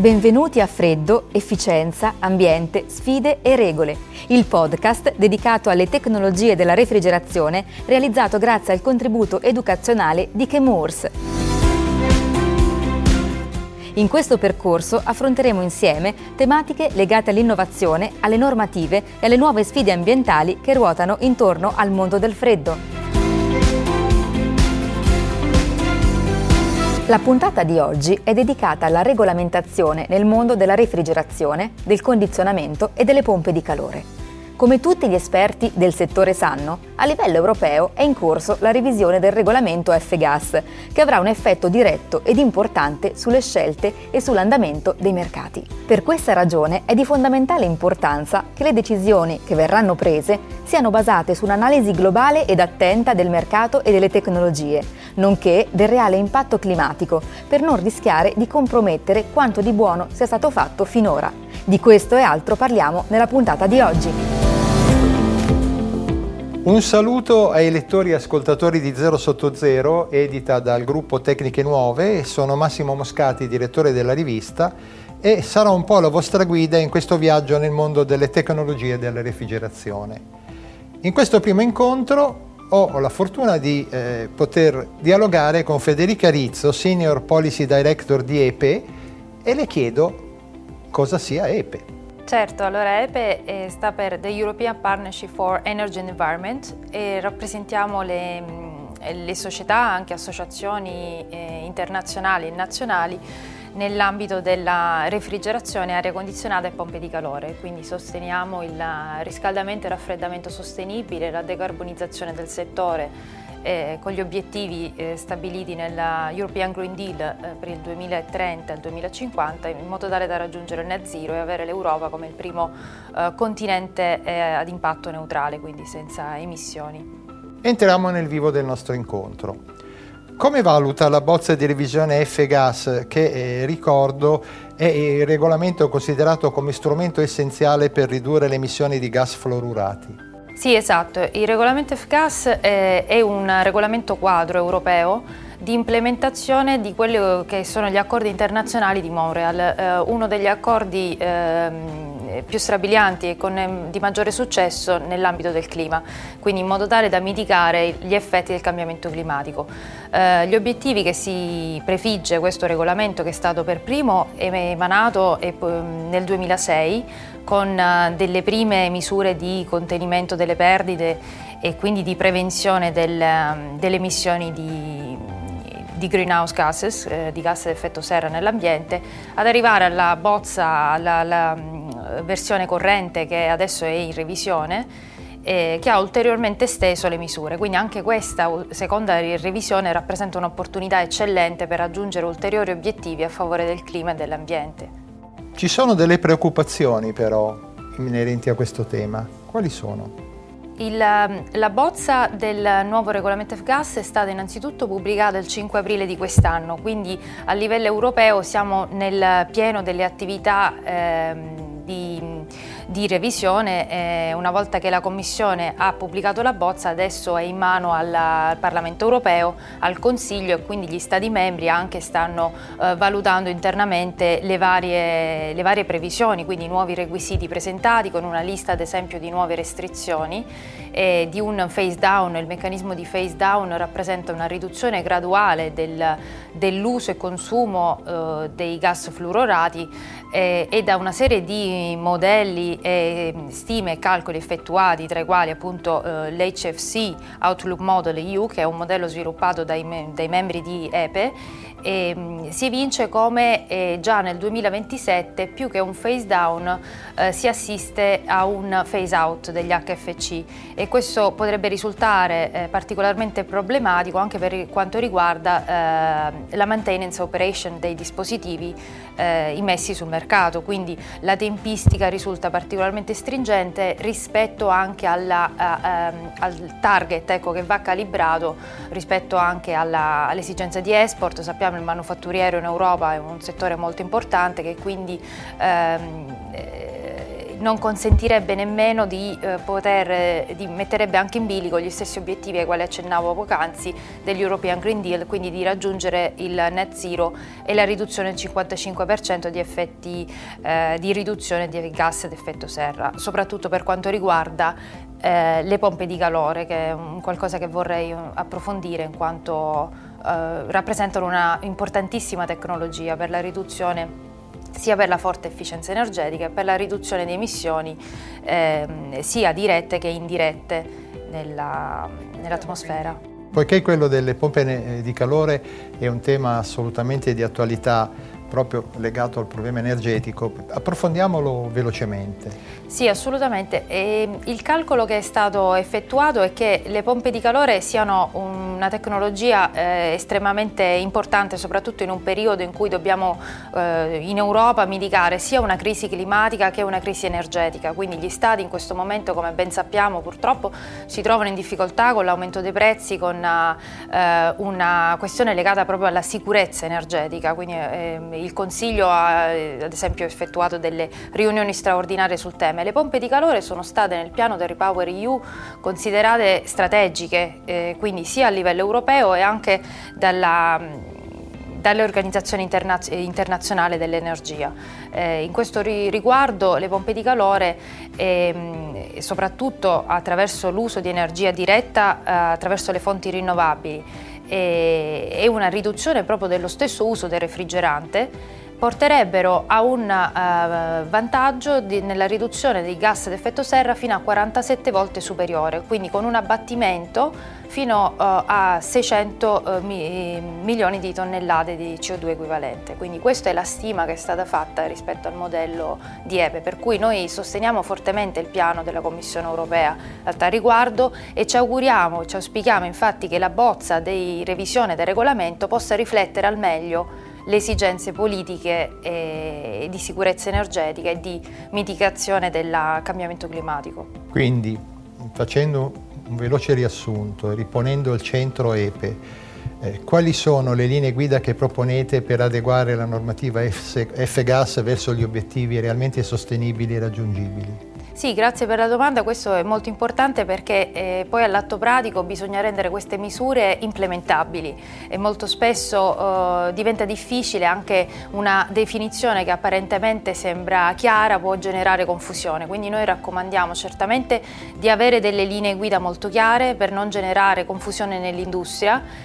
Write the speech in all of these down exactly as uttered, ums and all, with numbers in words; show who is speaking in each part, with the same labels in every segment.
Speaker 1: Benvenuti a Freddo, Efficienza, Ambiente, Sfide e Regole, il podcast dedicato alle tecnologie della refrigerazione realizzato grazie al contributo educazionale di Chemours. In questo percorso affronteremo insieme tematiche legate all'innovazione, alle normative e alle nuove sfide ambientali che ruotano intorno al mondo del freddo. La puntata di oggi è dedicata alla regolamentazione nel mondo della refrigerazione, del condizionamento e delle pompe di calore. Come tutti gli esperti del settore sanno, a livello europeo è in corso la revisione del regolamento F-Gas, che avrà un effetto diretto ed importante sulle scelte e sull'andamento dei mercati. Per questa ragione è di fondamentale importanza che le decisioni che verranno prese siano basate su un'analisi globale ed attenta del mercato e delle tecnologie, nonché del reale impatto climatico, per non rischiare di compromettere quanto di buono sia stato fatto finora. Di questo e altro parliamo nella puntata di oggi.
Speaker 2: Un saluto ai lettori e ascoltatori di Zero Sotto Zero, edita dal gruppo Tecniche Nuove. Sono Massimo Moscati, direttore della rivista, e sarò un po' la vostra guida in questo viaggio nel mondo delle tecnologie della refrigerazione. In questo primo incontro ho la fortuna di eh, poter dialogare con Federica Rizzo, Senior Policy Director di E P E, e le chiedo cosa sia E P E.
Speaker 3: Certo, allora E P E eh, sta per The European Partnership for Energy and Environment e rappresentiamo le, le società, anche associazioni eh, internazionali e nazionali nell'ambito della refrigerazione, aria condizionata e pompe di calore, quindi sosteniamo il riscaldamento e raffreddamento sostenibile, la decarbonizzazione del settore eh, con gli obiettivi eh, stabiliti nella European Green Deal eh, per il duemilatrenta e il duemilacinquanta, in modo tale da raggiungere il net zero e avere l'Europa come il primo eh, continente eh, ad impatto neutrale, quindi senza emissioni.
Speaker 2: Entriamo nel vivo del nostro incontro. Come valuta la bozza di revisione F-Gas che, eh, ricordo, è il regolamento considerato come strumento essenziale per ridurre le emissioni di gas fluorurati?
Speaker 3: Sì, esatto. Il regolamento F-Gas è, è un regolamento quadro europeo di implementazione di quelli che sono gli accordi internazionali di Montreal, eh, uno degli accordi eh, più strabilianti e con, eh, di maggiore successo nell'ambito del clima, quindi in modo tale da mitigare gli effetti del cambiamento climatico. Eh, gli obiettivi che si prefigge questo regolamento, che è stato per primo emanato nel duemilasei con uh, delle prime misure di contenimento delle perdite e quindi di prevenzione del, um, delle emissioni di, di greenhouse gases, eh, di gas ad effetto serra nell'ambiente, ad arrivare alla bozza, alla, alla um, versione corrente che adesso è in revisione, eh, che ha ulteriormente esteso le misure. Quindi anche questa seconda revisione rappresenta un'opportunità eccellente per raggiungere ulteriori obiettivi a favore del clima e dell'ambiente.
Speaker 2: Ci sono delle preoccupazioni però inerenti a questo tema. Quali sono?
Speaker 3: Il, la bozza del nuovo regolamento F-Gas è stata innanzitutto pubblicata il cinque aprile di quest'anno, quindi a livello europeo siamo nel pieno delle attività ehm, di, di revisione. Eh, una volta che la Commissione ha pubblicato la bozza, adesso è in mano alla, al Parlamento europeo, al Consiglio, e quindi gli Stati membri anche stanno eh, valutando internamente le varie, le varie previsioni, quindi i nuovi requisiti presentati con una lista ad esempio di nuove restrizioni e di un phase down. Il meccanismo di phase down rappresenta una riduzione graduale del, dell'uso e consumo eh, dei gas fluorurati eh, e da una serie di modelli e stime e calcoli effettuati, tra i quali appunto eh, l'H F C Outlook Model E U, che è un modello sviluppato dai, me- dai membri di E P E, e mh, si evince come eh, già nel duemilaventisette, più che un phase down, eh, si assiste a un phase out degli H F C, e questo potrebbe risultare eh, particolarmente problematico anche per quanto riguarda eh, la maintenance operation dei dispositivi eh, immessi sul mercato. Quindi la tempistica risulta particolarmente stringente rispetto anche alla, a, a, al target, ecco, che va calibrato rispetto anche alla, all'esigenza di export. Sappiamo che il manufatturiero in Europa è un settore molto importante, che quindi ehm, non consentirebbe nemmeno di eh, poter, eh, di metterebbe anche in bilico gli stessi obiettivi ai quali accennavo poc'anzi degli European Green Deal, quindi di raggiungere il net zero e la riduzione del cinquantacinque per cento di effetti eh, di riduzione di gas ad effetto serra, soprattutto per quanto riguarda eh, le pompe di calore, che è un qualcosa che vorrei approfondire in quanto eh, rappresentano una importantissima tecnologia per la riduzione, sia per la forte efficienza energetica e per la riduzione di emissioni eh, sia dirette che indirette nella, nell'atmosfera.
Speaker 2: Poiché quello delle pompe di calore è un tema assolutamente di attualità, proprio legato al problema energetico, approfondiamolo velocemente.
Speaker 3: Sì, assolutamente. E il calcolo che è stato effettuato è che le pompe di calore siano una tecnologia eh, estremamente importante, soprattutto in un periodo in cui dobbiamo eh, in Europa mitigare sia una crisi climatica che una crisi energetica. Quindi gli stati in questo momento, come ben sappiamo, purtroppo si trovano in difficoltà con l'aumento dei prezzi, con una, eh, una questione legata proprio alla sicurezza energetica. Quindi eh, il Consiglio ha ad esempio effettuato delle riunioni straordinarie sul tema. Le pompe di calore sono state nel piano del Repower E U considerate strategiche, eh, quindi sia a livello europeo e anche dalla, dalle organizzazioni interna- internazionali dell'energia. Eh, in questo ri- riguardo le pompe di calore, ehm, soprattutto attraverso l'uso di energia diretta, eh, attraverso le fonti rinnovabili, e una riduzione proprio dello stesso uso del refrigerante, porterebbero a un uh, vantaggio di, nella riduzione dei gas ad effetto serra fino a quarantasette volte superiore, quindi con un abbattimento fino uh, a seicento uh, mi, milioni di tonnellate di C O due equivalente. Quindi questa è la stima che è stata fatta rispetto al modello di E P E, per cui noi sosteniamo fortemente il piano della Commissione europea a tal riguardo e ci auguriamo, ci auspichiamo infatti che la bozza di revisione del regolamento possa riflettere al meglio le esigenze politiche e di sicurezza energetica e di mitigazione del cambiamento climatico.
Speaker 2: Quindi, facendo un veloce riassunto e riponendo al centro E P E, eh, quali sono le linee guida che proponete per adeguare la normativa F-Gas verso gli obiettivi realmente sostenibili e raggiungibili?
Speaker 3: Sì, grazie per la domanda, questo è molto importante perché eh, poi all'atto pratico bisogna rendere queste misure implementabili e molto spesso eh, diventa difficile, anche una definizione che apparentemente sembra chiara può generare confusione, quindi noi raccomandiamo certamente di avere delle linee guida molto chiare per non generare confusione nell'industria,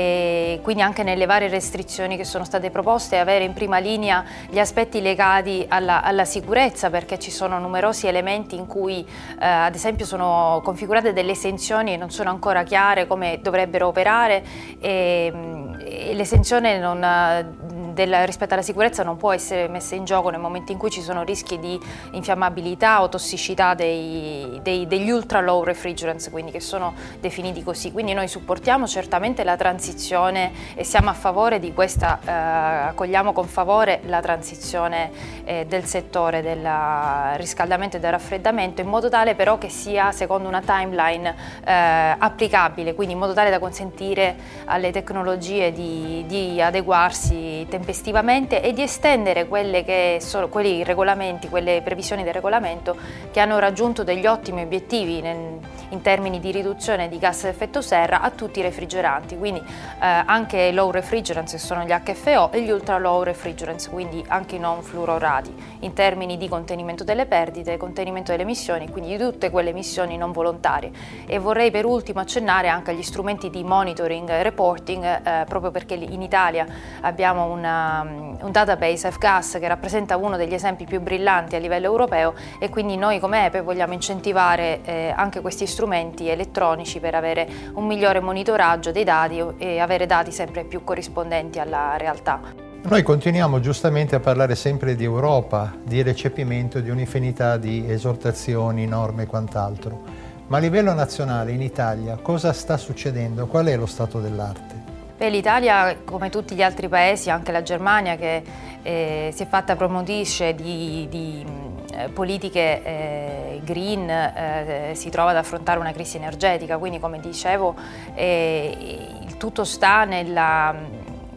Speaker 3: e quindi anche nelle varie restrizioni che sono state proposte avere in prima linea gli aspetti legati alla, alla sicurezza, perché ci sono numerosi elementi in cui eh, ad esempio sono configurate delle esenzioni e non sono ancora chiare come dovrebbero operare e, e l'esenzione non Del, rispetto alla sicurezza non può essere messa in gioco nel momento in cui ci sono rischi di infiammabilità o tossicità dei, dei, degli ultra low refrigerants, quindi che sono definiti così. Quindi noi supportiamo certamente la transizione e siamo a favore di questa, eh, accogliamo con favore la transizione eh, del settore del riscaldamento e del raffreddamento, in modo tale però che sia secondo una timeline eh, applicabile, quindi in modo tale da consentire alle tecnologie di, di adeguarsi tempestivamente e di estendere quelle che sono quelli regolamenti, quelle previsioni del regolamento che hanno raggiunto degli ottimi obiettivi nel, in termini di riduzione di gas ad effetto serra a tutti i refrigeranti, quindi eh, anche i low refrigerants, che sono gli H F O, e gli ultra low refrigerants, quindi anche i non fluorurati, in termini di contenimento delle perdite, contenimento delle emissioni, quindi di tutte quelle emissioni non volontarie. E vorrei per ultimo accennare anche agli strumenti di monitoring e reporting, eh, proprio perché in Italia abbiamo una, un database F-Gas che rappresenta uno degli esempi più brillanti a livello europeo, e quindi noi come E P E vogliamo incentivare eh, anche questi strumenti elettronici per avere un migliore monitoraggio dei dati e avere dati sempre più corrispondenti alla realtà.
Speaker 2: Noi continuiamo giustamente a parlare sempre di Europa, di recepimento di un'infinità di esortazioni, norme e quant'altro, ma a livello nazionale in Italia cosa sta succedendo? Qual è lo stato dell'arte?
Speaker 3: Beh, l'Italia, come tutti gli altri paesi, anche la Germania che eh, si è fatta promotrice di, di eh, politiche eh, green, eh, si trova ad affrontare una crisi energetica, quindi come dicevo eh, il tutto sta nella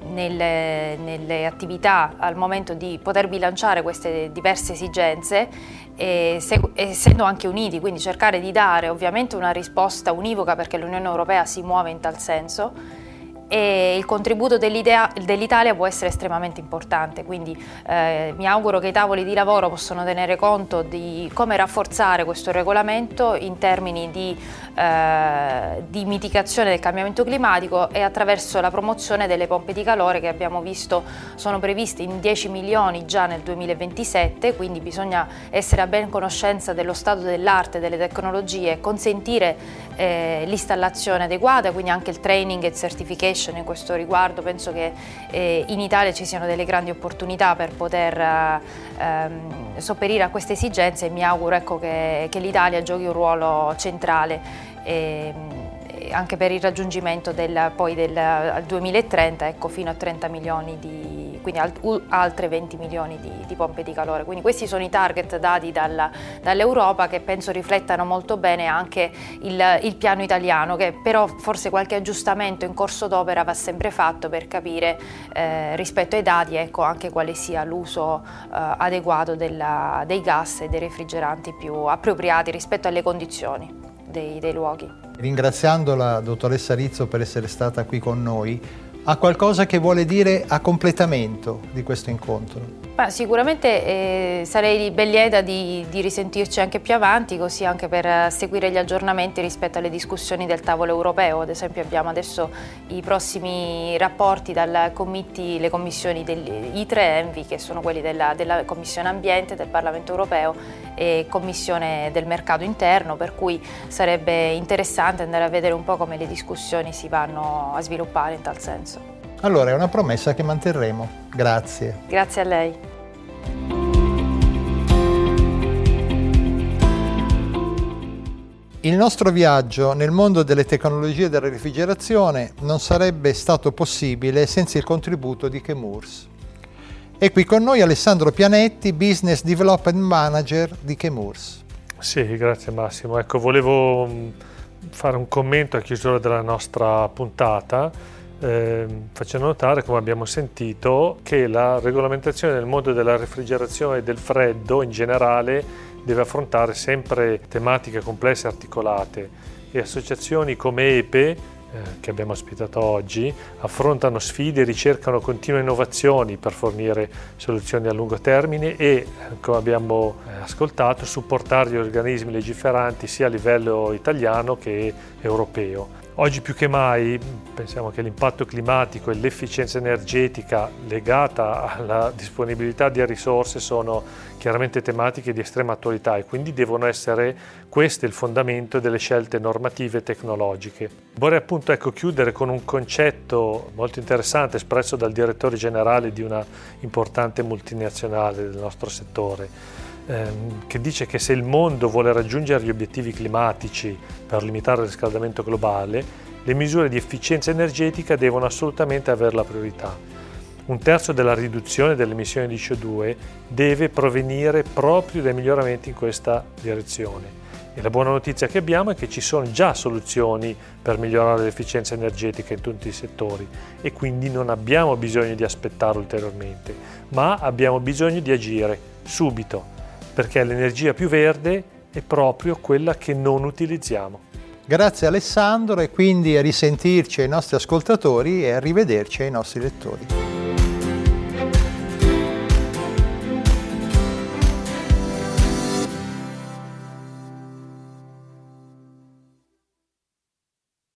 Speaker 3: nelle, nelle attività al momento di poter bilanciare queste diverse esigenze, e se, essendo anche uniti, quindi cercare di dare ovviamente una risposta univoca, perché l'Unione Europea si muove in tal senso, e il contributo dell'Italia può essere estremamente importante, quindi eh, mi auguro che i tavoli di lavoro possano tenere conto di come rafforzare questo regolamento in termini di, eh, di mitigazione del cambiamento climatico e attraverso la promozione delle pompe di calore, che abbiamo visto sono previste in dieci milioni già nel duemilaventisette, quindi bisogna essere a ben conoscenza dello stato dell'arte, delle tecnologie e consentire eh, l'installazione adeguata, quindi anche il training e certification. In questo riguardo penso che eh, in Italia ci siano delle grandi opportunità per poter eh, ehm, sopperire a queste esigenze, e mi auguro ecco, che, che l'Italia giochi un ruolo centrale eh, anche per il raggiungimento del, poi del al duemilatrenta ecco, fino a trenta milioni di, quindi al, altre venti milioni di, di pompe di calore. Quindi questi sono i target dati dalla, dall'Europa, che penso riflettano molto bene anche il, il piano italiano, che però forse qualche aggiustamento in corso d'opera va sempre fatto per capire eh, rispetto ai dati ecco, anche quale sia l'uso eh, adeguato della, dei gas e dei refrigeranti più appropriati rispetto alle condizioni dei, dei luoghi.
Speaker 2: Ringraziando la dottoressa Rizzo per essere stata qui con noi, ha qualcosa che vuole dire a completamento di questo incontro?
Speaker 3: Ma sicuramente eh, sarei ben lieta di, di risentirci anche più avanti, così anche per seguire gli aggiornamenti rispetto alle discussioni del tavolo europeo. Ad esempio abbiamo adesso i prossimi rapporti dal committee, le commissioni dell'I T R E e ENVI, che sono quelli della, della Commissione Ambiente del Parlamento Europeo e Commissione del Mercato Interno, per cui sarebbe interessante andare a vedere un po' come le discussioni si vanno a sviluppare in tal senso.
Speaker 2: Allora è una promessa che manterremo. Grazie.
Speaker 3: Grazie a lei.
Speaker 2: Il nostro viaggio nel mondo delle tecnologie della refrigerazione non sarebbe stato possibile senza il contributo di Chemours. È qui con noi Alessandro Pianetti, Business Development Manager di Chemours.
Speaker 4: Sì, grazie Massimo. Ecco, volevo fare un commento a chiusura della nostra puntata. Eh, facendo notare, come abbiamo sentito, che la regolamentazione nel mondo della refrigerazione e del freddo in generale deve affrontare sempre tematiche complesse e articolate, e associazioni come E P E, eh, che abbiamo ospitato oggi, affrontano sfide e ricercano continue innovazioni per fornire soluzioni a lungo termine e, come abbiamo ascoltato, supportare gli organismi legiferanti sia a livello italiano che europeo. Oggi più che mai pensiamo che l'impatto climatico e l'efficienza energetica legata alla disponibilità di risorse sono chiaramente tematiche di estrema attualità, e quindi devono essere queste il fondamento delle scelte normative e tecnologiche. Vorrei appunto ecco, chiudere con un concetto molto interessante espresso dal direttore generale di una importante multinazionale del nostro settore, che dice che se il mondo vuole raggiungere gli obiettivi climatici per limitare il riscaldamento globale, le misure di efficienza energetica devono assolutamente avere la priorità. Un terzo della riduzione delle emissioni di C O due deve provenire proprio dai miglioramenti in questa direzione. E la buona notizia che abbiamo è che ci sono già soluzioni per migliorare l'efficienza energetica in tutti i settori, e quindi non abbiamo bisogno di aspettare ulteriormente, ma abbiamo bisogno di agire subito, perché l'energia più verde è proprio quella che non utilizziamo.
Speaker 2: Grazie Alessandro, e quindi a risentirci ai nostri ascoltatori e a rivederci ai nostri lettori.